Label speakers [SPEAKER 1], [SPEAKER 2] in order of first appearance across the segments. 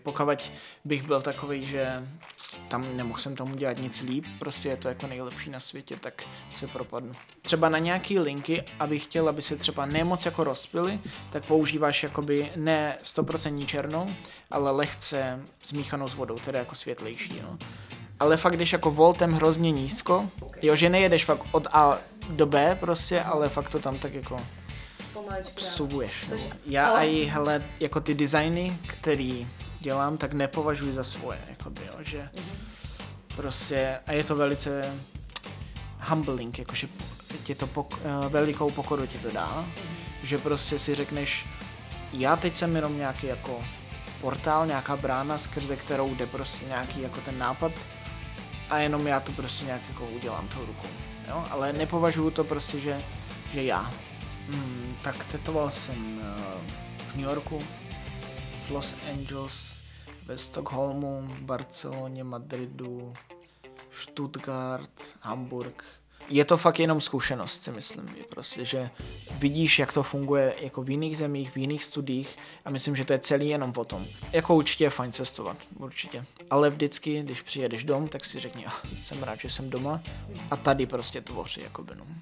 [SPEAKER 1] Pokud bych byl takovej, že tam nemohl jsem tomu dělat nic líp, prostě je to jako nejlepší na světě, tak se propadnu. Třeba na nějaký linky, abych chtěl, aby se třeba nemoc jako rozpily, tak používáš jakoby ne 100% černou, ale lehce smíchanou s vodou, teda jako světlejší, jo. Ale fakt jdeš jako voltem hrozně nízko, jo, že nejedeš fakt od A do B prostě, ale fakt to tam tak jako vsuvuješ. Já i hele, jako ty designy, který dělám, tak nepovažuji za svoje, jakoby, jo, že prostě, a je to velice humbling, jakože tě to velikou pokoru ti to dá, že prostě si řekneš, já teď jsem jenom nějaký jako portál, nějaká brána, skrze kterou jde prostě nějaký jako ten nápad a jenom já to prostě nějak jako udělám tou rukou, jo, ale nepovažuji to prostě, že já. Tak tetoval jsem v New Yorku, v Los Angeles, ve Stockholmu, Barceloně, Madridu, Stuttgart, Hamburg. Je to fakt jenom zkušenost, si myslím, prostě, že vidíš, jak to funguje jako v jiných zemích, v jiných studiích a myslím, že to je celý jenom potom. Jako určitě je fajn cestovat, určitě. Ale vždycky, když přijedeš dom, tak si řekni, jsem rád, že jsem doma a tady prostě tvoří, jakoby, no.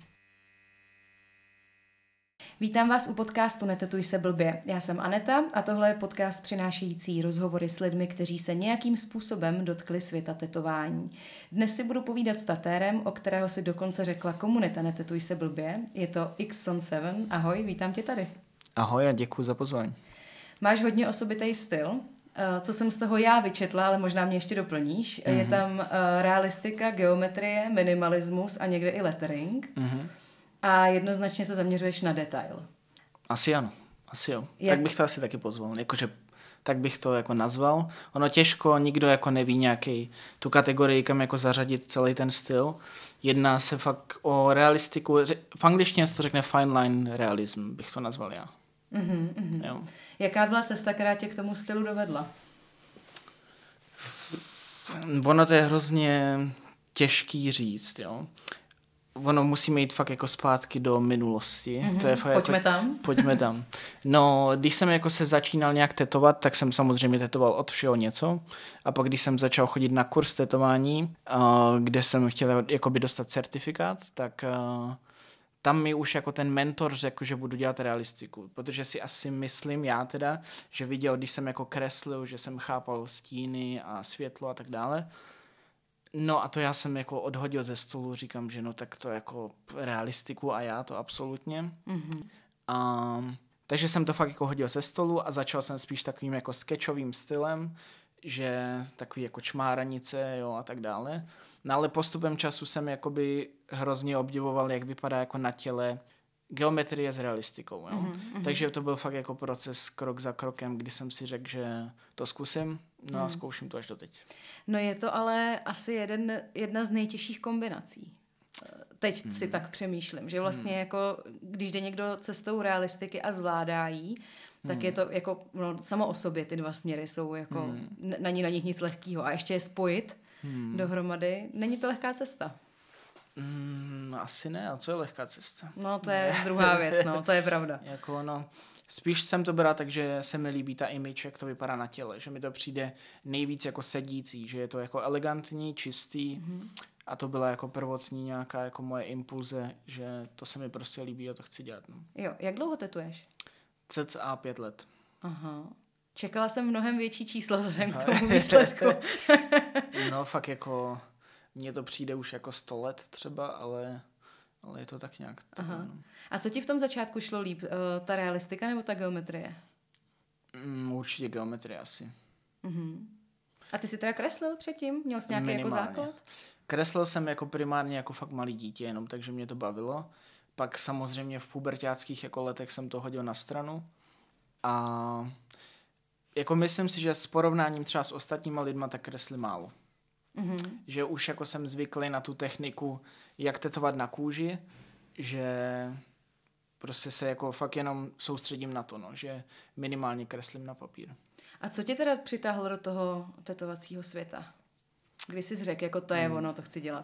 [SPEAKER 2] Vítám vás u podcastu Netetuj se blbě. Já jsem Aneta a tohle je podcast přinášející rozhovory s lidmi, kteří se nějakým způsobem dotkli světa tetování. Dnes si budu povídat s tatérem, o kterého si dokonce řekla komunita Netetuj se blbě. Je to Xson7. Ahoj, vítám tě tady.
[SPEAKER 1] Ahoj a děkuji za pozvání.
[SPEAKER 2] Máš hodně osobitý styl. Co jsem z toho já vyčetla, ale možná mě ještě doplníš. Je tam realistika, geometrie, minimalismus a někde i lettering. A jednoznačně se zaměřuješ na detail.
[SPEAKER 1] Asi ano, asi jo. Tak bych to asi taky pozval, jakože tak bych to jako nazval. Ono těžko, nikdo jako neví nějaký tu kategorii, kam jako zařadit celý ten styl. Jedná se fakt o realistiku, v angličtině se to řekne fine line realism, bych to nazval já. Jo.
[SPEAKER 2] Jaká byla cesta, která tě k tomu stylu dovedla?
[SPEAKER 1] Ono to je hrozně těžký říct, jo. Ono musíme jít fakt jako zpátky do minulosti. To je fakt
[SPEAKER 2] Pojďme
[SPEAKER 1] jako,
[SPEAKER 2] tam.
[SPEAKER 1] Pojďme tam. No, když jsem jako se začínal nějak tetovat, tak jsem samozřejmě tetoval od všeho něco. A pak když jsem začal chodit na kurz tetování, kde jsem chtěl jakoby dostat certifikát, tak tam mi už jako ten mentor řekl, že budu dělat realistiku. Protože si asi myslím já teda, že viděl, když jsem jako kreslil, že jsem chápal stíny a světlo a tak dále. No a to já jsem jako odhodil ze stolu, říkám, že no tak to jako realistiku a já to absolutně. Takže jsem to fakt jako hodil ze stolu a začal jsem spíš takovým jako sketchovým stylem, že takový jako čmáranice, jo, a tak dále. No ale postupem času jsem jakoby hrozně obdivoval, jak vypadá jako na těle geometrie s realistikou, jo. Takže to byl fakt jako proces krok za krokem, kdy jsem si řekl, že to zkusím, no a zkouším to až doteď.
[SPEAKER 2] No je to ale asi jedna z nejtěžších kombinací. Teď si tak přemýšlím, že vlastně jako, když jde někdo cestou realistiky a zvládá jí, tak je to jako, no, samo o sobě ty dva směry jsou jako, není na nich nic lehkýho. A ještě je spojit dohromady, není to lehká cesta.
[SPEAKER 1] Asi ne, a co je lehká cesta?
[SPEAKER 2] No to je druhá věc, no, to je pravda.
[SPEAKER 1] Jako no, spíš jsem to bral tak, že se mi líbí ta image, jak to vypadá na těle, že mi to přijde nejvíc jako sedící, že je to jako elegantní, čistý a to byla jako prvotní nějaká jako moje impulze, že to se mi prostě líbí a to chci dělat. No.
[SPEAKER 2] Jo, jak dlouho tetuješ?
[SPEAKER 1] Cca 5 let.
[SPEAKER 2] Aha. Čekala jsem mnohem větší číslo vzhledem k tomu výsledku.
[SPEAKER 1] No fakt jako, mně to přijde už jako 100 let třeba, ale je to tak nějak. No.
[SPEAKER 2] A co ti v tom začátku šlo líp? Ta realistika nebo ta geometrie?
[SPEAKER 1] Určitě geometrie asi.
[SPEAKER 2] A ty jsi teda kreslil předtím? Měl jsi nějaký jako základ?
[SPEAKER 1] Kreslil jsem jako primárně jako fakt malý dítě jenom, takže mě to bavilo. Pak samozřejmě v puberťáckých jako letech jsem to hodil na stranu. A jako myslím si, že s porovnáním třeba s ostatníma lidma tak kreslím málo. Že už jako jsem zvyklý na tu techniku, jak tetovat na kůži, že prostě se jako fakt jenom soustředím na to, no, že minimálně kreslím na papír.
[SPEAKER 2] A co tě teda přitáhlo do toho tetovacího světa? Když jsi řekl, jako to je ono, to chci dělat.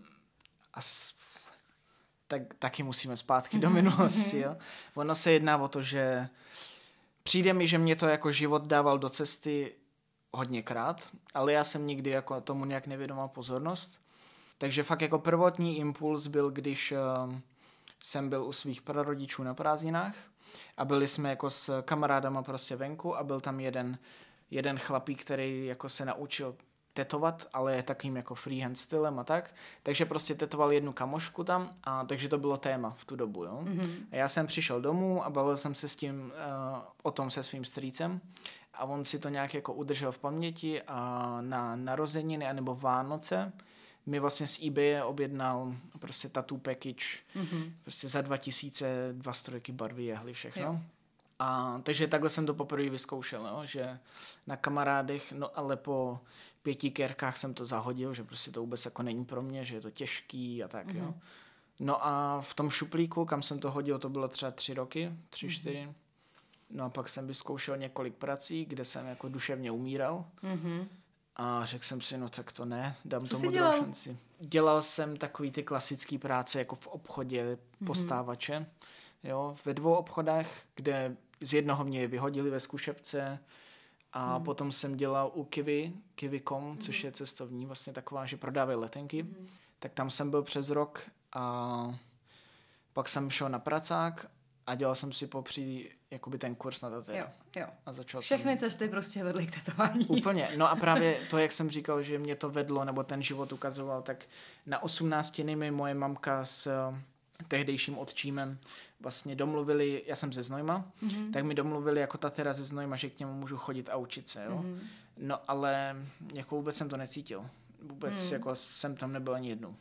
[SPEAKER 1] Tak taky musíme zpátky do minulosti, jo. Ono se jedná o to, že přijde mi, že mě to jako život dával do cesty hodněkrát, ale já jsem nikdy jako tomu nějak nevědomal pozornost. Takže fakt jako prvotní impuls byl, když jsem byl u svých prarodičů na prázdninách a byli jsme jako s kamarádama prostě venku a byl tam jeden chlapík, který jako se naučil tetovat, ale takovým jako freehand stylem a tak. Takže prostě tetoval jednu kamošku tam a takže to bylo téma v tu dobu. Jo? A já jsem přišel domů a bavil jsem se s tím o tom se svým strýcem a on si to nějak jako udržel v paměti a na narozeniny anebo Vánoce mi vlastně z eBay objednal prostě tattoo package prostě za 2000, 2 strojky barvy, jehly, všechno. Jo. A takže takhle jsem to poprvé vyzkoušel, jo? Že na kamarádech, no ale po 5 kérkách jsem to zahodil, že prostě to vůbec jako není pro mě, že je to těžký a tak, jo. No a v tom šuplíku, kam jsem to hodil, to bylo třeba 3 roky, 3-4. No a pak jsem vyzkoušel několik prací, kde jsem jako duševně umíral. A řekl jsem si, no tak to ne, dám tomu druhou šanci. Dělal jsem takový ty klasický práce jako v obchodě postávače, jo, ve 2 obchodách, kde z jednoho mě vyhodili ve zkušebce a potom jsem dělal u Kiwi.com, což je cestovní, vlastně taková, že prodávají letenky. Tak tam jsem byl přes rok a pak jsem šel na pracák a dělal jsem si popří jakoby ten kurz na tatéra.
[SPEAKER 2] Jo.
[SPEAKER 1] A začal
[SPEAKER 2] všechny cesty prostě vedly k tetování.
[SPEAKER 1] Úplně. No a právě to, jak jsem říkal, že mě to vedlo, nebo ten život ukazoval, tak na 18 mi moje mamka s tehdejším otčímem vlastně domluvili, já jsem ze Znojma, tak mi domluvili jako tatéra ze Znojma, že k němu můžu chodit a učit se, jo. No ale jako vůbec jsem to necítil. Vůbec jako jsem tam nebyl ani jednou.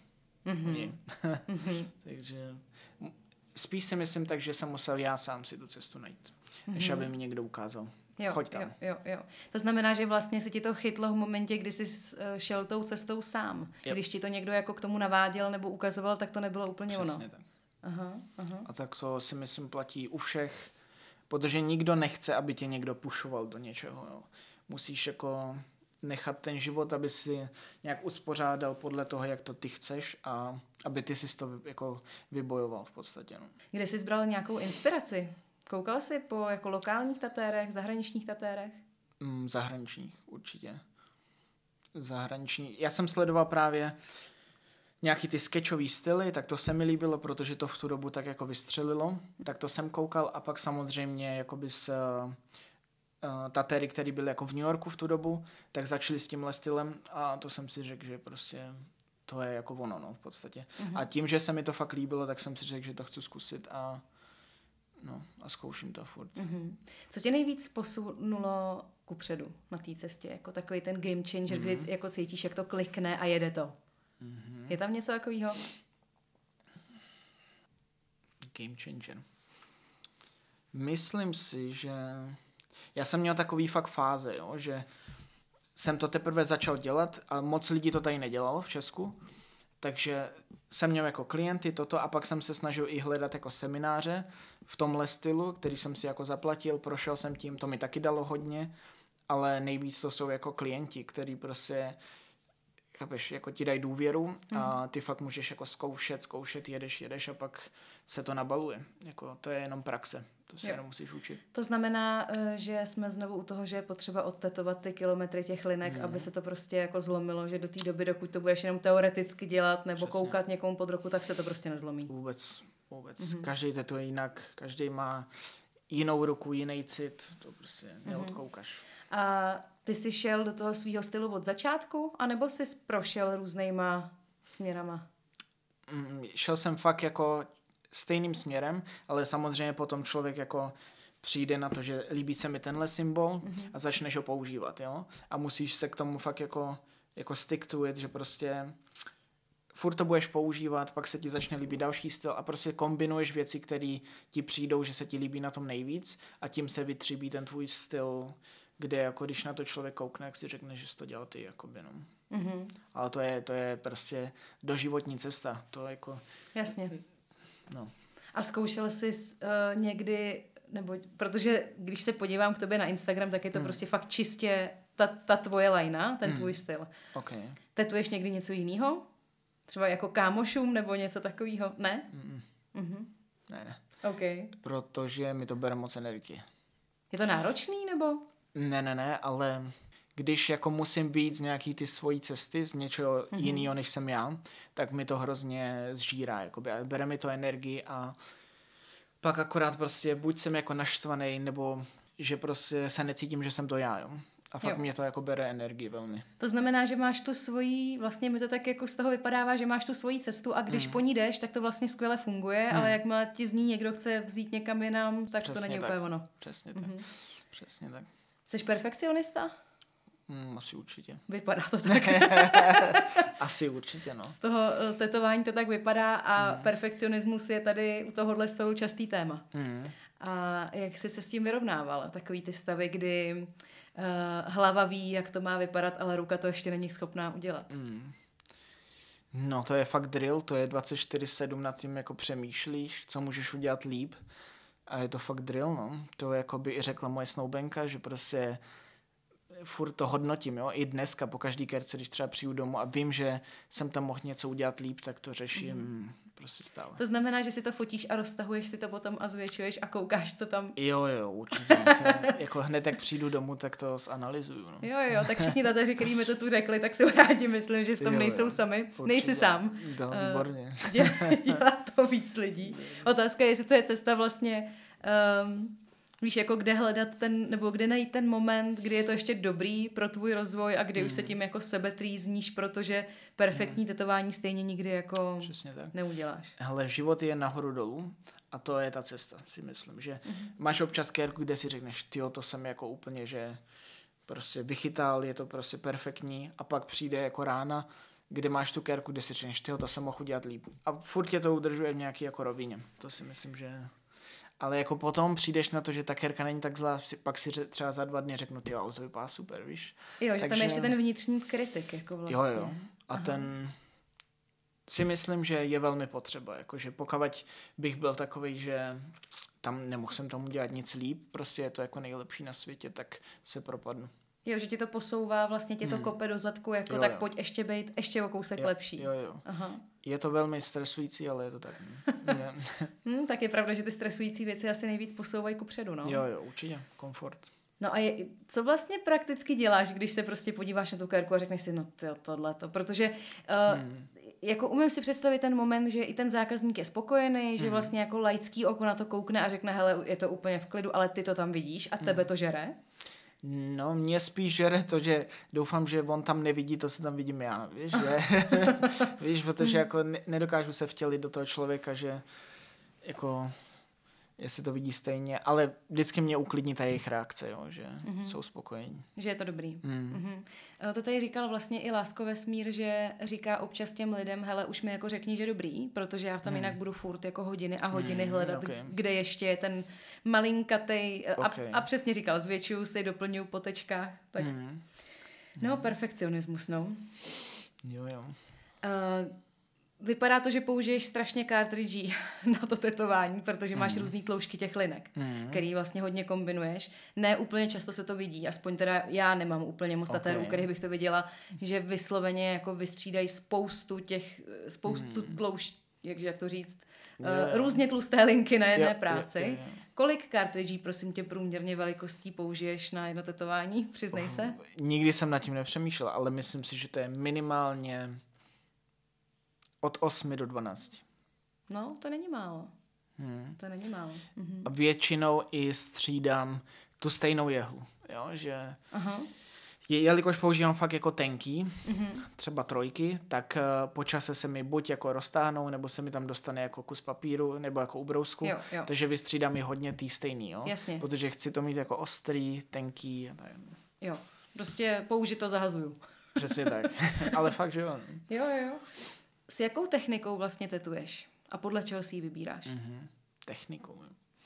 [SPEAKER 1] Takže spíš si myslím tak, že jsem musel já sám si tu cestu najít, než aby mi někdo ukázal. Choď tam.
[SPEAKER 2] Jo. To znamená, že vlastně se ti to chytlo v momentě, kdy jsi šel tou cestou sám. Když ti to někdo jako k tomu naváděl nebo ukazoval, tak to nebylo úplně
[SPEAKER 1] Přesně
[SPEAKER 2] ono.
[SPEAKER 1] Tak.
[SPEAKER 2] Aha.
[SPEAKER 1] A tak to si myslím platí u všech, protože nikdo nechce, aby tě někdo pušoval do něčeho. Jo. Musíš jako nechat ten život, aby si nějak uspořádal podle toho, jak to ty chceš a aby ty si to jako vybojoval v podstatě. No.
[SPEAKER 2] Kde jsi zbral nějakou inspiraci? Koukal jsi po jako lokálních tatérech, zahraničních tatérech?
[SPEAKER 1] Zahraničních, určitě. Zahraniční. Já jsem sledoval právě nějaký ty sketchový styly, tak to se mi líbilo, protože to v tu dobu tak jako vystřelilo. Tak to jsem koukal a pak samozřejmě jakoby s tatéry, který byli jako v New Yorku v tu dobu, tak začali s tímhle stylem a to jsem si řekl, že prostě to je jako ono, no, v podstatě. A tím, že se mi to fakt líbilo, tak jsem si řekl, že to chci zkusit a zkouším to furt.
[SPEAKER 2] Co tě nejvíc posunulo kupředu na té cestě? Jako takový ten game changer, kdy jako cítíš, jak to klikne a jede to. Je tam něco takového?
[SPEAKER 1] Game changer. Myslím si, že já jsem měl takový fakt fáze, jo, že jsem to teprve začal dělat a moc lidí to tady nedělalo v Česku, takže jsem měl jako klienty toto a pak jsem se snažil i hledat jako semináře v tomhle stylu, který jsem si jako zaplatil, prošel jsem tím, to mi taky dalo hodně, ale nejvíc to jsou jako klienti, který prostě chápeš, jako ti dají důvěru a ty fakt můžeš jako zkoušet, jedeš a pak se to nabaluje. Jako, to je jenom praxe, to se jenom musíš učit.
[SPEAKER 2] To znamená, že jsme znovu u toho, že je potřeba odtetovat ty kilometry těch linek, aby se to prostě jako zlomilo, že do té doby, dokud to budeš jenom teoreticky dělat nebo
[SPEAKER 1] Přesně.
[SPEAKER 2] Koukat někomu pod ruku, tak se to prostě nezlomí.
[SPEAKER 1] Vůbec. Každý tetuje jinak, každý má jinou ruku, jiný cit, to prostě neodkoukáš.
[SPEAKER 2] A ty jsi šel do toho svýho stylu od začátku, anebo jsi prošel různýma směrama?
[SPEAKER 1] Šel jsem fakt jako stejným směrem, ale samozřejmě potom člověk jako přijde na to, že líbí se mi tenhle symbol a začneš ho používat, jo? A musíš se k tomu fakt jako stick to it, že prostě furt to budeš používat, pak se ti začne líbit další styl a prostě kombinuješ věci, které ti přijdou, že se ti líbí na tom nejvíc a tím se vytříbí ten tvůj styl, kde jako když na to člověk koukne, jak si řekne, že jsi to dělal ty, jakoby, no. Ale to je prostě doživotní cesta, to jako...
[SPEAKER 2] Jasně.
[SPEAKER 1] No.
[SPEAKER 2] A zkoušel jsi někdy, nebo protože když se podívám k tobě na Instagram, tak je to prostě fakt čistě ta tvoje lajna, ten tvůj styl.
[SPEAKER 1] Okay.
[SPEAKER 2] Tetuješ někdy něco jiného? Třeba jako kámošům nebo něco takového? Ne?
[SPEAKER 1] Ne.
[SPEAKER 2] Okay.
[SPEAKER 1] Protože mi to bere moc energie.
[SPEAKER 2] Je to náročný, nebo?
[SPEAKER 1] Ne, ale když jako musím být z nějaký ty svojí cesty, z něčeho jiného, než jsem já, tak mi to hrozně zžírá, jakoby, a bere mi to energii a pak akorát prostě buď jsem jako naštvaný, nebo že prostě se necítím, že jsem to já, jo. A fakt mě to jako bere energii velmi.
[SPEAKER 2] To znamená, že máš tu svoji, vlastně mi to tak jako z toho vypadává, že máš tu svoji cestu a když po ní jdeš, tak to vlastně skvěle funguje, ale jakmile ti z ní někdo chce vzít někam jinam, tak
[SPEAKER 1] Přesně
[SPEAKER 2] to není
[SPEAKER 1] tak.
[SPEAKER 2] úplně ono.
[SPEAKER 1] Přesně tak. Přesně tak.
[SPEAKER 2] Jsi perfekcionista?
[SPEAKER 1] Asi určitě.
[SPEAKER 2] Vypadá to tak.
[SPEAKER 1] Asi určitě, no.
[SPEAKER 2] Z toho tetování to tak vypadá a perfekcionismus je tady u tohohle stolu častý téma. A jak jsi se s tím vyrovnávala? Takový ty stavy, kdy hlava ví, jak to má vypadat, ale ruka to ještě není schopná udělat.
[SPEAKER 1] No, to je fakt drill, to je 24/7 nad tím jako přemýšlíš, co můžeš udělat líp. A je to fakt drill, no. To jako by i řekla moje snoubenka, že prostě furt to hodnotím, jo. I dneska po každý kerce, když třeba přijdu domů a vím, že jsem tam mohl něco udělat líp, tak to řeším prostě stále.
[SPEAKER 2] To znamená, že si to fotíš a roztahuješ si to potom a zvětšuješ a koukáš, co tam...
[SPEAKER 1] Jo, určitě. Jako hned, jak přijdu domů, tak to zanalyzuju, no.
[SPEAKER 2] Jo, tak všichni tateři, který mi to tu řekli, tak si rádi myslím, že v tom nejsou sami.
[SPEAKER 1] Určitě.
[SPEAKER 2] Nejsi sám.
[SPEAKER 1] Výborně.
[SPEAKER 2] Dělá to víc lidí. Otázka je, jestli to je cesta vlastně... Víš, jako kde hledat nebo kde najít ten moment, kdy je to ještě dobrý pro tvůj rozvoj a kdy už se tím jako sebe trýzníš, protože perfektní tetování stejně nikdy jako neuděláš.
[SPEAKER 1] Hele, život je nahoru dolů a to je ta cesta, si myslím, že máš občas kérku, kde si řekneš, tyjo, to jsem jako úplně, že prostě vychytal, je to prostě perfektní a pak přijde jako rána, kde máš tu kérku, kde si řekneš, tyjo, to jsem mohl udělat líp. A furt tě to udržuje v nějaký jako rovině. To si myslím, že... Ale jako potom přijdeš na to, že ta kérka není tak zlá, pak si třeba za 2 dny řeknu, tyjo, ale to vypadá super, víš.
[SPEAKER 2] Jo, že tam je ještě ten vnitřní kritik, jako vlastně.
[SPEAKER 1] Jo. A ten si myslím, že je velmi potřeba, jakože pokud bych byl takovej, že tam nemohl jsem tomu dělat nic líp, prostě je to jako nejlepší na světě, tak se propadnu.
[SPEAKER 2] Jo, že ti to posouvá, vlastně ti to kope do zadku, jako tak pojď ještě být ještě o kousek lepší.
[SPEAKER 1] Jo. Aha. Je to velmi stresující, ale je to tak.
[SPEAKER 2] Tak je pravda, že ty stresující věci asi nejvíc posouvají kupředu, no.
[SPEAKER 1] Jo, určitě, komfort.
[SPEAKER 2] No a co vlastně prakticky děláš, když se prostě podíváš na tu kérku a řekneš si, no tohleto, protože jako umím si představit ten moment, že i ten zákazník je spokojený, že vlastně jako laický oko na to koukne a řekne, hele, je to úplně v klidu, ale ty to tam vidíš a tebe to žere?
[SPEAKER 1] No, mě spíš žere to, že doufám, že on tam nevidí to, co tam vidím já, víš, že? Víš, protože jako nedokážu se vtělit do toho člověka, že jako jestli to vidí stejně, ale vždycky mě uklidní ta jejich reakce, jo, že jsou spokojení.
[SPEAKER 2] Že je to dobrý. To tady říkal vlastně i Lásko Vesmír, že říká občas těm lidem, hele, už mi jako řekni, že dobrý, protože já tam jinak budu furt jako hodiny a hodiny hledat, kde ještě je ten malinkatej a přesně říkal, zvětšuju si, doplňuju po tečkách. Tak. No, perfekcionismus, no.
[SPEAKER 1] Jo.
[SPEAKER 2] Vypadá to, že použiješ strašně cartridge na to tetování, protože máš různý tloušťky těch linek, který vlastně hodně kombinuješ. Ne úplně často se to vidí, aspoň teda já nemám úplně moc tatérů, u kterých bych to viděla, že vysloveně jako vystřídají spoustu tloušť, jak to říct, různě tlusté linky na jedné práci. Kolik cartridge, prosím tě, průměrně velikostí použiješ na jedno tetování? Přiznej se.
[SPEAKER 1] Nikdy jsem nad tím nepřemýšlel, ale myslím si, že to je minimálně od 8 do 12.
[SPEAKER 2] No, to není málo. To není málo.
[SPEAKER 1] A většinou i střídám tu stejnou jehlu. Jo, že jelikož používám fakt jako tenký, třeba 3, tak po čase se mi buď jako roztáhnou, nebo se mi tam dostane jako kus papíru, nebo jako ubrousku.
[SPEAKER 2] Jo.
[SPEAKER 1] Takže vystřídám i hodně tý stejný, jo.
[SPEAKER 2] Jasně.
[SPEAKER 1] Protože chci to mít jako ostrý, tenký. A tak.
[SPEAKER 2] Jo, prostě použito zahazuju.
[SPEAKER 1] Přesně tak. Ale fakt, že jo.
[SPEAKER 2] Jo. S jakou technikou vlastně tetuješ? A podle čeho si ji vybíráš?
[SPEAKER 1] Technikou.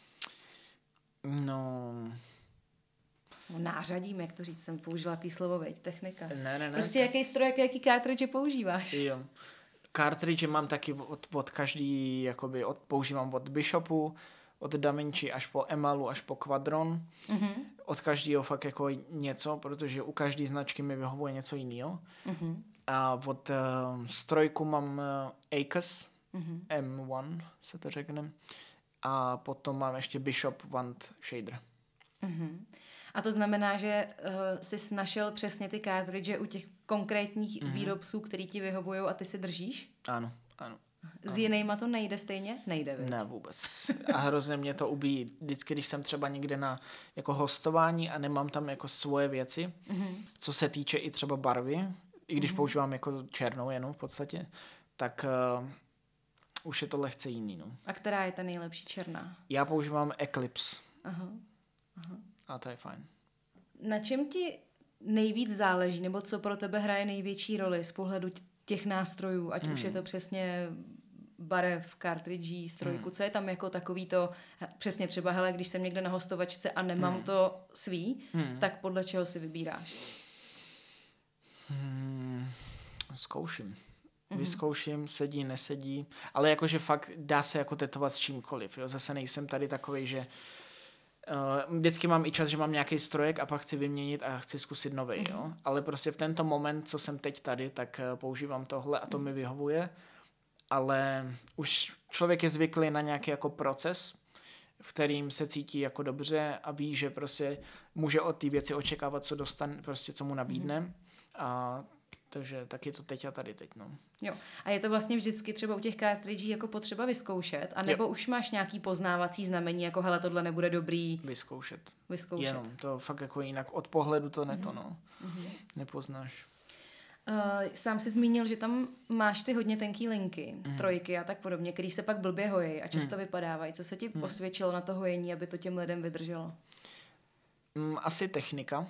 [SPEAKER 1] No...
[SPEAKER 2] Nářadím, jak to říct, jsem použila takový slovo, veď, technika.
[SPEAKER 1] Ne.
[SPEAKER 2] Prostě jaký stroj, jaký cartridge používáš?
[SPEAKER 1] Jo. Cartridge mám taky od každý, jakoby používám od Bishopu, od Da Vinci až po Emalu, až po Quadron. Od každého fakt jako něco, protože u každé značky mi vyhovuje něco jiného. A od strojku mám Acus, M1 se to řekne. A potom mám ještě Bishop Wand Shader.
[SPEAKER 2] A A to znamená, že jsi našel přesně ty cartridge u těch konkrétních výrobců, který ti vyhovují a ty si držíš?
[SPEAKER 1] Ano.
[SPEAKER 2] S jinýma to nejde stejně? Nejde, viď?
[SPEAKER 1] Ne, vůbec. A hrozně mě to ubíjí. Vždycky, když jsem třeba někde na jako hostování a nemám tam jako svoje věci, co se týče i třeba barvy, i když používám jako černou jenom v podstatě, tak už je to lehce jiný. No.
[SPEAKER 2] A která je ta nejlepší černá?
[SPEAKER 1] Já používám Eclipse.
[SPEAKER 2] Aha.
[SPEAKER 1] A to je fajn.
[SPEAKER 2] Na čem ti nejvíc záleží, nebo co pro tebe hraje největší roli z pohledu těch nástrojů, ať už je to přesně barev, kartridží, strojku, co je tam jako takový to, přesně třeba, hele, když jsem někde na hostovačce a nemám to svý, tak podle čeho si vybíráš?
[SPEAKER 1] Zkouším. Vyzkouším, sedí, nesedí, ale jakože fakt dá se jako tetovat s čímkoliv, jo? Zase nejsem tady takovej, že vždycky mám i čas, že mám nějaký strojek a pak chci vyměnit a chci zkusit novej, jo? Ale prostě v tento moment, co jsem teď tady, tak používám tohle a to mi vyhovuje, ale už člověk je zvyklý na nějaký jako proces, v kterým se cítí jako dobře a ví, že prostě může od té věci očekávat, co dostane, prostě co mu nabídne a takže tak je to teď a tady teď, no.
[SPEAKER 2] Jo. A je to vlastně vždycky třeba u těch cartridží jako potřeba vyzkoušet, anebo už máš nějaký poznávací znamení, jako hele, tohle nebude dobrý?
[SPEAKER 1] Vyzkoušet.
[SPEAKER 2] Jenom.
[SPEAKER 1] To fakt jako jinak od pohledu to nepoznáš.
[SPEAKER 2] Sám jsi zmínil, že tam máš ty hodně tenký linky, trojky a tak podobně, který se pak blbě hojí a často vypadávají. Co se ti osvědčilo na to hojení, aby to těm lidem vydrželo?
[SPEAKER 1] Asi technika.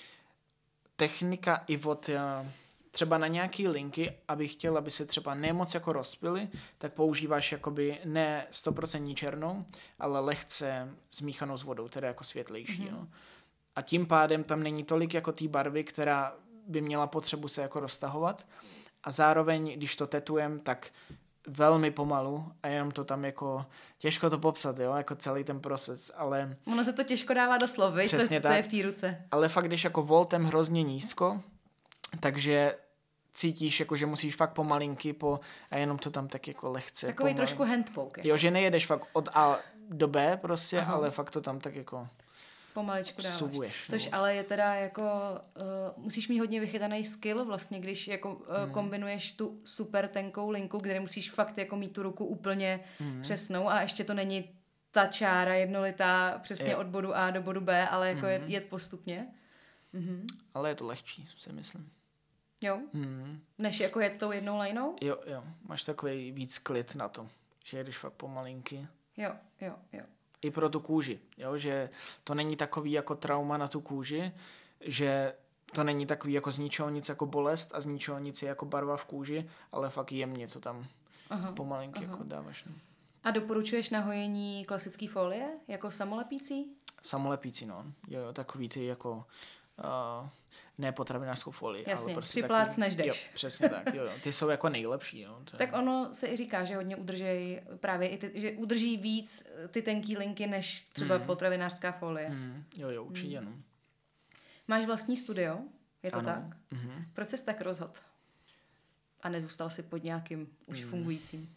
[SPEAKER 1] Technika i od třeba na nějaký linky, abych chtěl, aby se třeba nemoc jako rozpily, tak používáš jakoby ne 100% černou, ale lehce smíchanou s vodou, teda jako světlejší. Jo. A tím pádem tam není tolik jako té barvy, která by měla potřebu se jako roztahovat. A zároveň, když to tetujem, tak velmi pomalu a jenom to tam jako těžko to popsat, jo, jako celý ten proces, ale
[SPEAKER 2] ono se to těžko dává do slov, víš, co je v té ruce.
[SPEAKER 1] Ale fakt, když jako voltem hrozně nízko, takže cítíš, jako, že musíš fakt pomalinky a jenom to tam tak jako lehce.
[SPEAKER 2] Takový trošku handpoke.
[SPEAKER 1] Jo, že nejedeš fakt od A do B prostě, ale fakt to tam tak jako
[SPEAKER 2] pomaličku dáváš.
[SPEAKER 1] Subuješ,
[SPEAKER 2] což ale je teda jako, musíš mít hodně vychytaný skill vlastně, když jako kombinuješ tu super tenkou linku, kde musíš fakt jako mít tu ruku úplně přesnou a ještě to není ta čára jednolitá přesně od bodu A do bodu B, ale jako jet postupně.
[SPEAKER 1] Ale je to lehčí, si myslím.
[SPEAKER 2] Jo? Než jako jet tou jednou lineou?
[SPEAKER 1] Jo. Máš takový víc klid na to, že jedeš fakt pomalinky.
[SPEAKER 2] Jo.
[SPEAKER 1] I pro tu kůži, jo? Že to není takový jako trauma na tu kůži, že to není takový jako z ničeho nic jako bolest a z ničeho nic je jako barva v kůži, ale fakt jemně, co tam pomalinky jako dáváš. No.
[SPEAKER 2] A doporučuješ na hojení klasický folie, jako samolepící?
[SPEAKER 1] Samolepící, no. Jo, takový ty jako ne potravinářskou folii.
[SPEAKER 2] Jasně,
[SPEAKER 1] ale prostě
[SPEAKER 2] připlácneš jdeš.
[SPEAKER 1] Jo, přesně tak, jo. Ty jsou jako nejlepší. Jo.
[SPEAKER 2] Tak ono se i říká, že hodně udrží právě i ty, že udrží víc ty tenký linky, než třeba potravinářská folie.
[SPEAKER 1] Jo, určitě, no.
[SPEAKER 2] Máš vlastní studio? Je to
[SPEAKER 1] ano.
[SPEAKER 2] tak? Proč jsi tak rozhodl? A nezůstal si pod nějakým už fungujícím?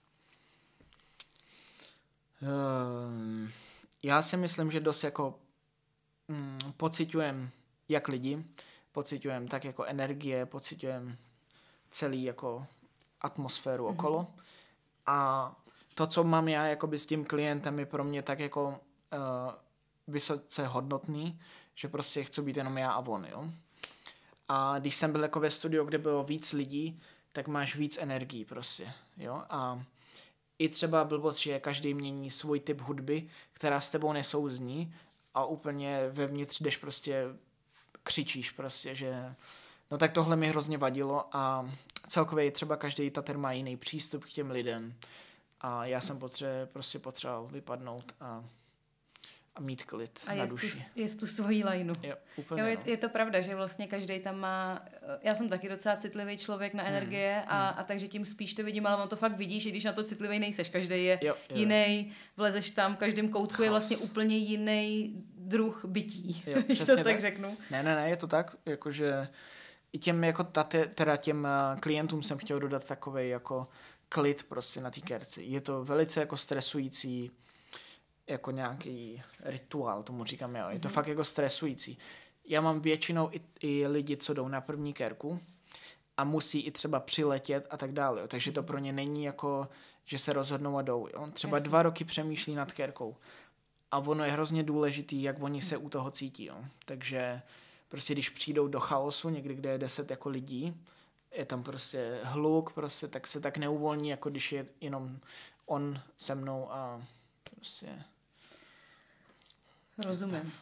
[SPEAKER 1] Já si myslím, že dost jako pociťujem jak lidi, pociťujem tak jako energie, pociťujem celý jako atmosféru okolo. A to, co mám já jakoby s tím klientem, je pro mě tak jako vysoce hodnotný, že prostě chci být jenom já a on, jo. A když jsem byl jako ve studiu, kde bylo víc lidí, tak máš víc energií prostě, jo. A i třeba blbost, že každý mění svůj typ hudby, která s tebou nesouzní a úplně vevnitř jdeš prostě, křičíš prostě, že no tak tohle mi hrozně vadilo a celkově třeba každý tater má jiný přístup k těm lidem a já jsem potřeboval vypadnout a mít klid na duši.
[SPEAKER 2] Je tu svojí lajnu.
[SPEAKER 1] Jo, úplně,
[SPEAKER 2] jo, je to pravda, že vlastně každý tam má, já jsem taky docela citlivý člověk na energie a takže tím spíš to vidím, ale on to fakt vidíš, i když na to citlivý nejseš. Každý je jiný, vlezeš tam, v každém koutku je vlastně úplně jiný druh bytí, když to tak řeknu.
[SPEAKER 1] Ne, je to tak, jakože i těm jako těm klientům jsem chtěl dodat takovej jako klid prostě na té kerci. Je to velice jako stresující jako nějaký rituál, tomu říkám já. Je to fakt jako stresující. Já mám většinou i lidi, co jdou na první kérku a musí i třeba přiletět a tak dále. Jo. Takže to pro ně není jako, že se rozhodnou a jdou. Jo. Třeba 2 roky přemýšlí nad kérkou. A ono je hrozně důležitý, jak oni se u toho cítí. Jo. Takže prostě když přijdou do chaosu, někdy, kde je 10 jako lidí, je tam prostě hluk, prostě, tak se tak neuvolní, jako když je jenom on se mnou a prostě...
[SPEAKER 2] Rozumím.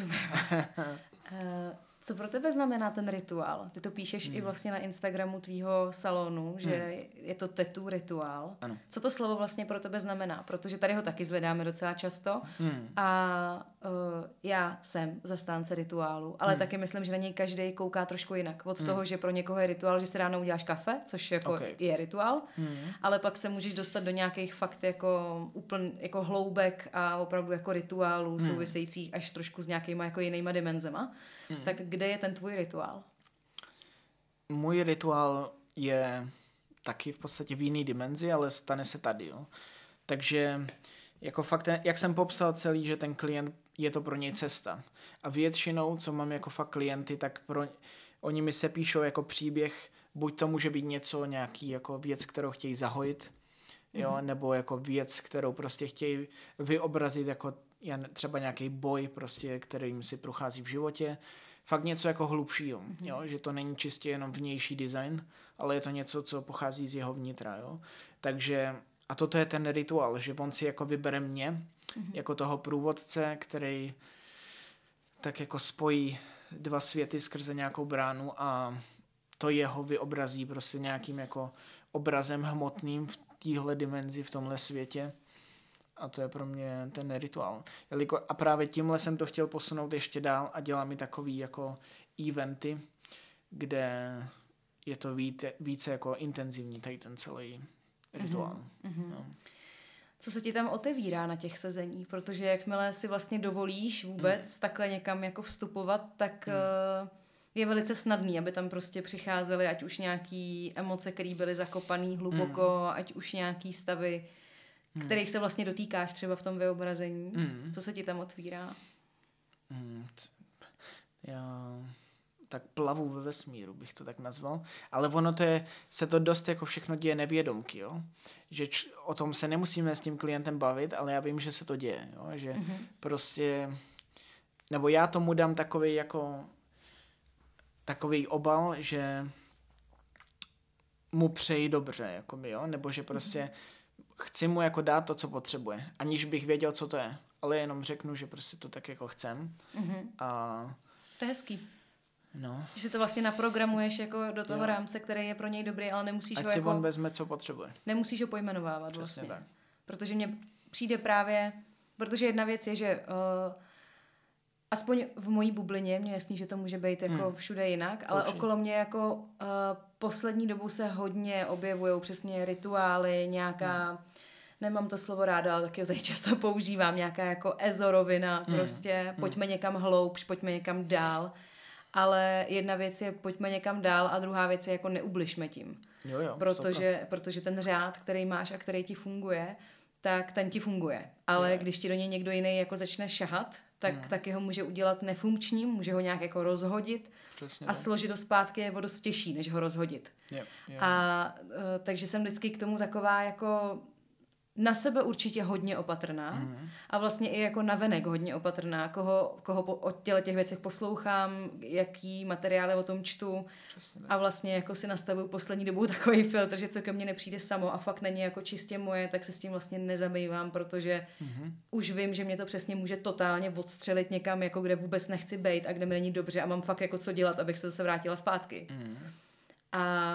[SPEAKER 2] Co pro tebe znamená ten rituál? Ty to píšeš i vlastně na Instagramu tvýho salonu, že je to tattoo rituál.
[SPEAKER 1] Ano.
[SPEAKER 2] Co to slovo vlastně pro tebe znamená? Protože tady ho taky zvedáme docela často a já jsem zastánce rituálu, ale taky myslím, že na něj každý kouká trošku jinak. Od toho, že pro někoho je rituál, že si ráno uděláš kafe, což jako je rituál, ale pak se můžeš dostat do nějakých fakt jako hloubek a opravdu jako rituálů souvisejících až trošku s nějakýma jako jinýma dimenzema. Tak kde je ten tvůj rituál?
[SPEAKER 1] Můj rituál je taky v podstatě v jiný dimenzi, ale stane se tady. Jo. Takže jako fakt, jak jsem popsal celý, že ten klient, je to pro něj cesta. A většinou, co mám jako fakt klienty, tak oni mi se píšou jako příběh, buď to může být něco, nějaký jako věc, kterou chtějí zahojit, jo, nebo jako věc, kterou prostě chtějí vyobrazit jako třeba nějaký boj, prostě, kterým si prochází v životě. Fakt něco jako hlubšího, jo? Že to není čistě jenom vnější design, ale je to něco, co pochází z jeho vnitra. Jo? Takže, a toto je ten rituál, že on si jako vybere mě, jako toho průvodce, který tak jako spojí 2 světy skrze nějakou bránu a to jeho vyobrazí prostě nějakým jako obrazem hmotným v téhle dimenzi, v tomhle světě. A to je pro mě ten rituál. A právě tímhle jsem to chtěl posunout ještě dál a dělám mi takový jako eventy, kde je to více jako intenzivní, tady ten celý rituál. No.
[SPEAKER 2] Co se ti tam otevírá na těch sezeních? Protože jakmile si vlastně dovolíš vůbec takhle někam jako vstupovat, tak je velice snadný, aby tam prostě přicházely ať už nějaký emoce, které byly zakopaný hluboko, ať už nějaký stavy, kterých se vlastně dotýkáš třeba v tom vyobrazení. Co se ti tam otvírá?
[SPEAKER 1] Já tak plavu ve vesmíru, bych to tak nazval. Ale ono se to dost jako všechno děje nevědomky, jo? Že o tom se nemusíme s tím klientem bavit, ale já vím, že se to děje, jo? Že prostě, nebo já tomu dám takový obal, že mu přeji dobře, jakoby, jo? Nebo že prostě chci mu jako dát to, co potřebuje, aniž bych věděl, co to je. Ale jenom řeknu, že prostě to tak jako chcem. A...
[SPEAKER 2] To je hezký.
[SPEAKER 1] No.
[SPEAKER 2] Že si to vlastně naprogramuješ jako do toho rámce, který je pro něj dobrý, ale nemusíš
[SPEAKER 1] ať
[SPEAKER 2] ho
[SPEAKER 1] si
[SPEAKER 2] jako...
[SPEAKER 1] on vezme, co potřebuje.
[SPEAKER 2] Nemusíš ho pojmenovávat.
[SPEAKER 1] Přesně
[SPEAKER 2] vlastně.
[SPEAKER 1] Tak.
[SPEAKER 2] Protože mně přijde právě... Protože jedna věc je, že... aspoň v mojí bublině, mně jasný, že to může být jako všude jinak, ale okolo mě jako poslední dobou se hodně objevují přesně rituály, nějaká, nemám to slovo ráda, ale taky ho tady často používám, nějaká jako ezorovina, prostě pojďme někam hloubš, pojďme někam dál, ale jedna věc je pojďme někam dál a druhá věc je jako neubližme tím.
[SPEAKER 1] Jo,
[SPEAKER 2] protože ten řád, který máš a který ti funguje, tak ten ti funguje. Ale když ti do něj někdo jiný jako začne šahat, tak taky ho může udělat nefunkčním, může ho nějak jako rozhodit.
[SPEAKER 1] Přesně,
[SPEAKER 2] a složit do zpátky je o dost těžší, než ho rozhodit.
[SPEAKER 1] Jo.
[SPEAKER 2] A takže jsem vždycky k tomu taková jako na sebe určitě hodně opatrná a vlastně i jako navenek hodně opatrná, koho o těch věcech poslouchám, jaký materiály o tom čtu a vlastně jako si nastavuju poslední dobou takový filtr, že co ke mně nepřijde samo a fakt není jako čistě moje, tak se s tím vlastně nezabývám, protože už vím, že mě to přesně může totálně odstřelit někam, jako kde vůbec nechci bejt a kde mi není dobře a mám fakt jako co dělat, abych se zase vrátila zpátky. A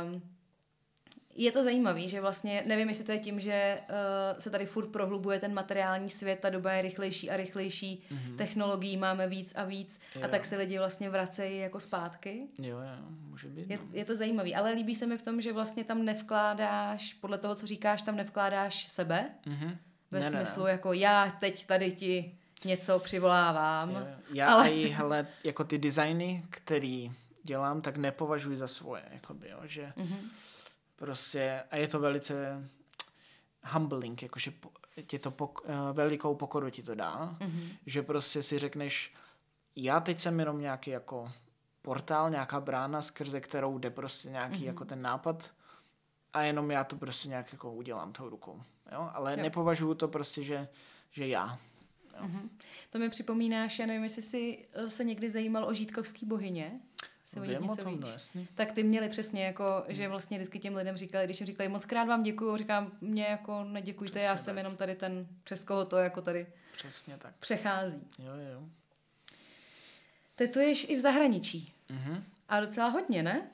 [SPEAKER 2] je to zajímavý, že vlastně, nevím, jestli to je tím, že se tady furt prohlubuje ten materiální svět, ta doba je rychlejší a rychlejší, technologií máme víc a víc a tak se lidi vlastně vracejí jako zpátky.
[SPEAKER 1] Jo, může být.
[SPEAKER 2] Je to zajímavý, ale líbí se mi v tom, že vlastně tam nevkládáš, podle toho, co říkáš, tam nevkládáš sebe, ve smyslu jako já teď tady ti něco přivolávám.
[SPEAKER 1] Já i hele, jako ty designy, který dělám, tak nepovažuji za svoje, jakoby, jo, že prostě, a je to velice humbling, jakože ti to velikou pokoru ti to dá, že prostě si řekneš, já teď jsem jenom nějaký jako portál, nějaká brána, skrze kterou jde prostě nějaký jako ten nápad a jenom já to prostě nějak jako udělám tou rukou. Jo? Ale nepovažuji to prostě, že já. Jo?
[SPEAKER 2] To mi připomínáš, já nevím, jestli jsi se někdy zajímal o žítkovský bohyně.
[SPEAKER 1] Vím o tom, no jasný.
[SPEAKER 2] Tak ty měli přesně jako, že vlastně vždycky těm lidem říkali, když jim říkali moc krát vám děkuju, říkám, mě jako neděkujte, přesně já jsem jenom tady ten, přes koho to jako tady
[SPEAKER 1] přesně tak
[SPEAKER 2] přechází.
[SPEAKER 1] Jo.
[SPEAKER 2] Tetuješ i v zahraničí. A docela hodně, ne?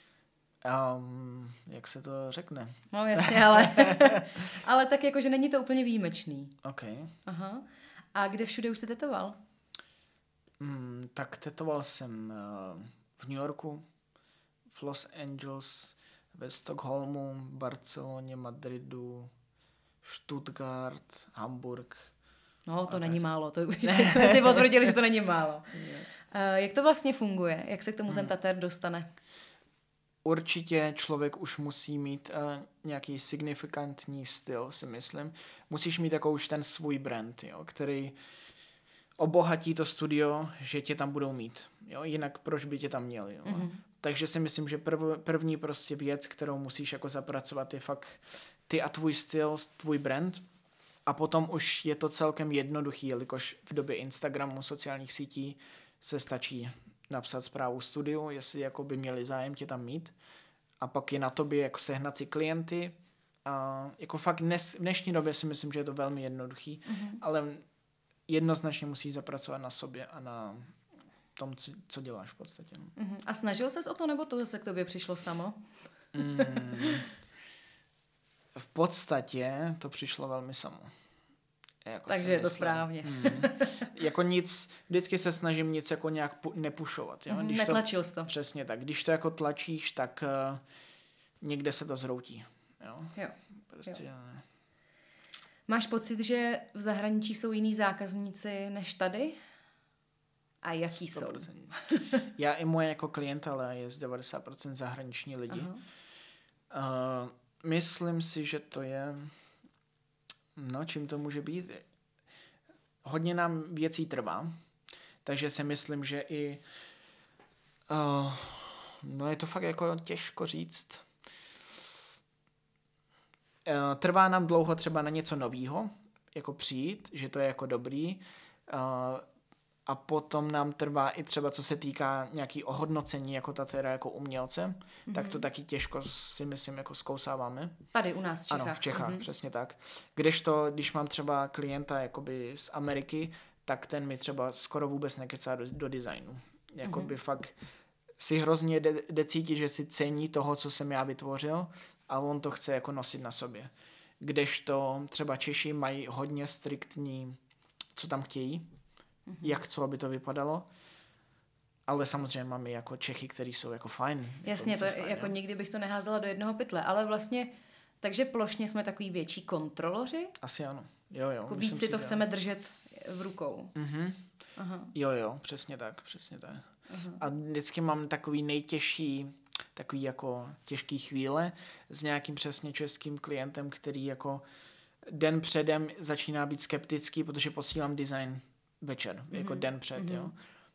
[SPEAKER 1] Jak se to řekne?
[SPEAKER 2] No jasně, ale tak jako, že není to úplně výjimečný.
[SPEAKER 1] OK.
[SPEAKER 2] Aha. A kde všude už jsi tetoval?
[SPEAKER 1] Tak tetoval jsem v New Yorku, v Los Angeles, ve Stockholmu, Barceloně, Madridu, Stuttgart, Hamburg.
[SPEAKER 2] No, to není málo. To už jsme si potvrdili, že to není málo. Jak to vlastně funguje? Jak se k tomu ten tatér dostane?
[SPEAKER 1] Určitě člověk už musí mít nějaký signifikantní styl, si myslím. Musíš mít jako už ten svůj brand, jo, který obohatí to studio, že tě tam budou mít. Jo? Jinak proč by tě tam měli? Jo? Takže si myslím, že první prostě věc, kterou musíš jako zapracovat, je fakt ty a tvůj styl, tvůj brand. A potom už je to celkem jednoduchý, jelikož v době Instagramu, sociálních sítí se stačí napsat zprávu studiu, jestli jako by měli zájem tě tam mít. A pak je na tobě jako sehnat si klienty. A jako fakt v dnešní době si myslím, že je to velmi jednoduchý, ale jednoznačně musíš zapracovat na sobě a na tom, co děláš v podstatě.
[SPEAKER 2] A snažil ses o to, nebo to zase k tobě přišlo samo?
[SPEAKER 1] V podstatě to přišlo velmi samo. Jako
[SPEAKER 2] takže je to správně.
[SPEAKER 1] Jako nic, vždycky se snažím nic jako nějak nepušovat. Jo?
[SPEAKER 2] Netlačil jsi to.
[SPEAKER 1] Přesně tak. Když to jako tlačíš, tak někde se to zhroutí. Jo. Prostě
[SPEAKER 2] jo. Máš pocit, že v zahraničí jsou jiní zákazníci než tady? A jaký 100%.
[SPEAKER 1] Jsou? Já i moje jako klientela je z 90% zahraniční lidi. Myslím si, že to je... No, čím to může být? Hodně nám věcí trvá, takže si myslím, že i... no, je to fakt jako těžko říct. Trvá nám dlouho třeba na něco novýho, jako přijít, že to je jako dobrý. A potom nám trvá i třeba, co se týká nějaký ohodnocení jako tatéra, jako umělce, tak to taky těžko si myslím jako zkousáváme.
[SPEAKER 2] Tady u nás v Čechách.
[SPEAKER 1] Ano, v Čechách, přesně tak. Když mám třeba klienta jakoby z Ameriky, tak ten mi třeba skoro vůbec nekecá do designu. Jakoby fakt si hrozně jde cítit, že si cení toho, co jsem já vytvořil a on to chce jako nosit na sobě. Kdežto třeba Češi mají hodně striktní, co tam chtějí, jak co, aby to vypadalo. Ale samozřejmě máme jako Čechy, který jsou jako fajn.
[SPEAKER 2] Jasně, to fajn, jako nikdy bych to neházela do jednoho pytle, ale vlastně, takže plošně jsme takový větší kontroloři?
[SPEAKER 1] Asi ano, jo.
[SPEAKER 2] Jako víc si to chceme držet v rukou.
[SPEAKER 1] Aha. Jo, přesně tak. A vždycky mám takový nejtěžší, takový jako těžký chvíle s nějakým přesně českým klientem, který jako den předem začíná být skeptický, protože posílám design večer, jako den před, jo.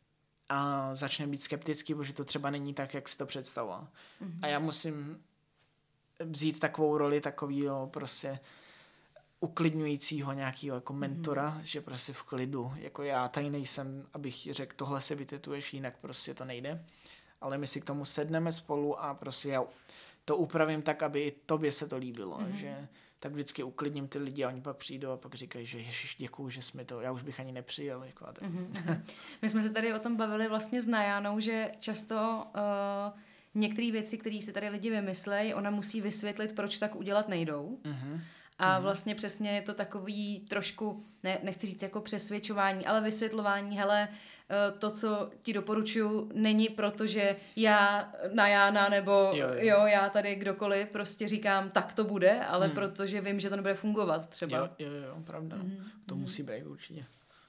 [SPEAKER 1] A začne být skeptický, protože to třeba není tak, jak si to představoval. A já musím vzít takovou roli takovýho prostě uklidňujícího nějakého jako mentora, že prostě v klidu, jako já tady nejsem, abych řekl, tohle se vytetuješ, jinak prostě to nejde. Ale my si k tomu sedneme spolu a prostě já to upravím tak, aby i tobě se to líbilo, že tak vždycky uklidním ty lidi a oni pak přijdou a pak říkají, že ježiš, děkuju, že jsme to, já už bych ani nepřijel. Jako a tak.
[SPEAKER 2] My jsme se tady o tom bavili vlastně s Najánou, že často některé věci, které si tady lidi vymyslejí, ona musí vysvětlit, proč tak udělat nejdou. A vlastně přesně je to takový trošku, nechci říct jako přesvědčování, ale vysvětlování, hele, to, co ti doporučuju, není proto, že já na Jána nebo jo, já tady kdokoliv prostě říkám, tak to bude, ale protože vím, že to nebude fungovat třeba.
[SPEAKER 1] Jo, pravda. To musí být určitě.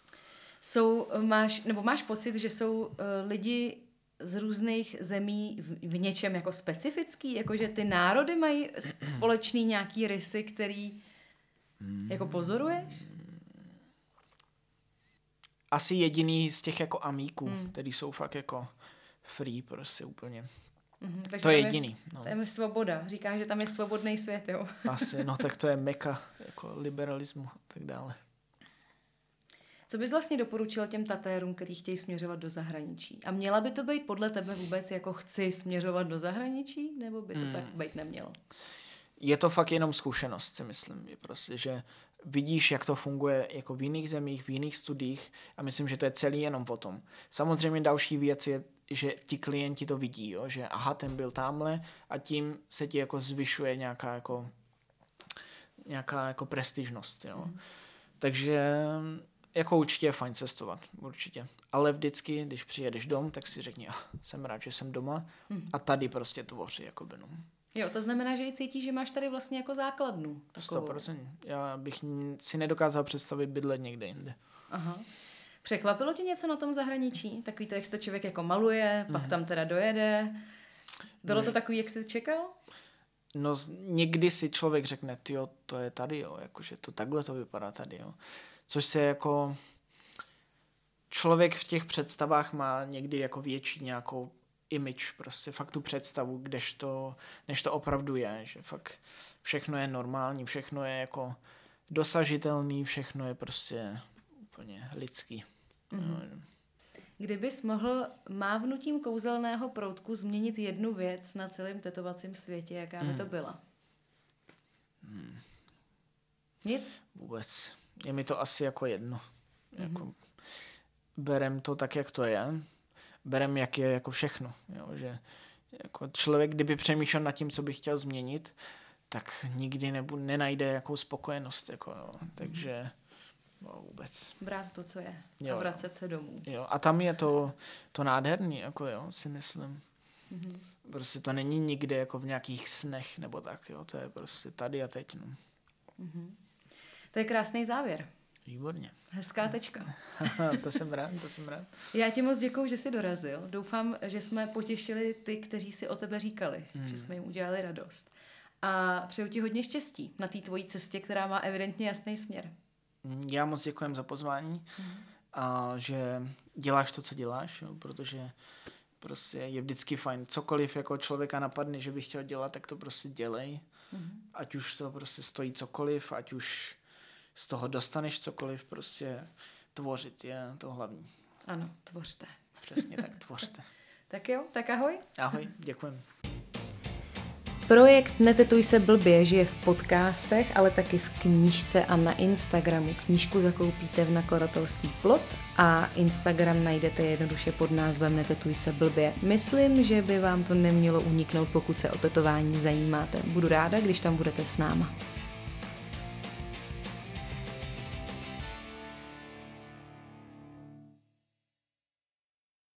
[SPEAKER 2] Máš pocit, že jsou lidi z různých zemí v něčem jako specifický, jakože ty národy mají společný nějaký rysy, který Jako pozoruješ?
[SPEAKER 1] Asi jediný z těch jako amíků, který jsou fakt jako free prostě úplně.
[SPEAKER 2] Takže
[SPEAKER 1] to je jediný. No.
[SPEAKER 2] Tam je svoboda. Říkáš, že tam je svobodný svět, jo?
[SPEAKER 1] Asi, no tak to je meka jako liberalismu a tak dále.
[SPEAKER 2] Co bys vlastně doporučil těm tatérům, kteří chtějí směřovat do zahraničí? A měla by to být podle tebe vůbec jako chci směřovat do zahraničí? Nebo by to tak být nemělo?
[SPEAKER 1] Je to fakt jenom zkušenost, si myslím. Je prostě, že vidíš, jak to funguje jako v jiných zemích, v jiných studiích a myslím, že to je celý jenom o tom. Samozřejmě další věc je, že ti klienti to vidí, jo? Že aha, ten byl tamhle a tím se ti jako zvyšuje nějaká jako prestižnost. Jo? Takže jako určitě je fajn cestovat, určitě. Ale vždycky, když přijedeš dom, tak si řekni, jsem rád, že jsem doma a tady prostě tvoří, jakoby, no.
[SPEAKER 2] Jo, to znamená, že i cítíš, že máš tady vlastně jako základnu.
[SPEAKER 1] 100%. Já bych si nedokázal představit bydlet někde jinde.
[SPEAKER 2] Aha. Překvapilo tě něco na tom zahraničí? Takový to, jak se to člověk jako maluje, pak tam teda dojede. Bylo to takový, jak jsi čekal?
[SPEAKER 1] No někdy si člověk řekne, tyjo, to je tady, jo, jakože to takhle to vypadá tady, jo. Což se jako člověk v těch představách má někdy jako větší nějakou image, prostě fakt tu představu, než to opravdu je, že fakt všechno je normální, všechno je jako dosažitelný, všechno je prostě úplně lidský.
[SPEAKER 2] Kdybys mohl mávnutím kouzelného proutku změnit jednu věc na celém tetovacím světě, jaká by to byla? Nic?
[SPEAKER 1] Vůbec. Je mi to asi jako jedno. Jako, berem to tak, jak to je. Berem, jak je jako všechno. Jo? Že jako člověk, kdyby přemýšlel nad tím, co by chtěl změnit, tak nikdy nenajde jakou spokojenost. Jako, jo. Takže vůbec.
[SPEAKER 2] Brát to, co je.
[SPEAKER 1] Jo.
[SPEAKER 2] A vracet se domů.
[SPEAKER 1] Jo. A tam je to nádherný, jako jo, si myslím. Prostě to není nikde jako v nějakých snech nebo tak, jo. To je prostě tady a teď. No.
[SPEAKER 2] To je krásný závěr.
[SPEAKER 1] Výborně.
[SPEAKER 2] Hezká tečka.
[SPEAKER 1] To jsem rád.
[SPEAKER 2] Já ti moc děkuju, že jsi dorazil. Doufám, že jsme potěšili ty, kteří si o tebe říkali, že jsme jim udělali radost. A přeju ti hodně štěstí na té tvojí cestě, která má evidentně jasný směr.
[SPEAKER 1] Já moc děkujem za pozvání a že děláš to, co děláš, jo, protože prostě je vždycky fajn. Cokoliv jako člověka napadne, že by chtěl dělat, tak to prostě dělej. Ať už to prostě stojí cokoliv, ať už z toho dostaneš cokoliv, prostě tvořit je to hlavní.
[SPEAKER 2] Ano, tvořte.
[SPEAKER 1] Přesně tak, tvořte.
[SPEAKER 2] Tak jo, tak ahoj.
[SPEAKER 1] Ahoj, děkujem.
[SPEAKER 2] Projekt Netetuj se blbě žije v podcastech, ale taky v knížce a na Instagramu. Knížku zakoupíte v nakladatelství Plot a Instagram najdete jednoduše pod názvem Netetuj se blbě. Myslím, že by vám to nemělo uniknout, pokud se o tetování zajímáte. Budu ráda, když tam budete s náma.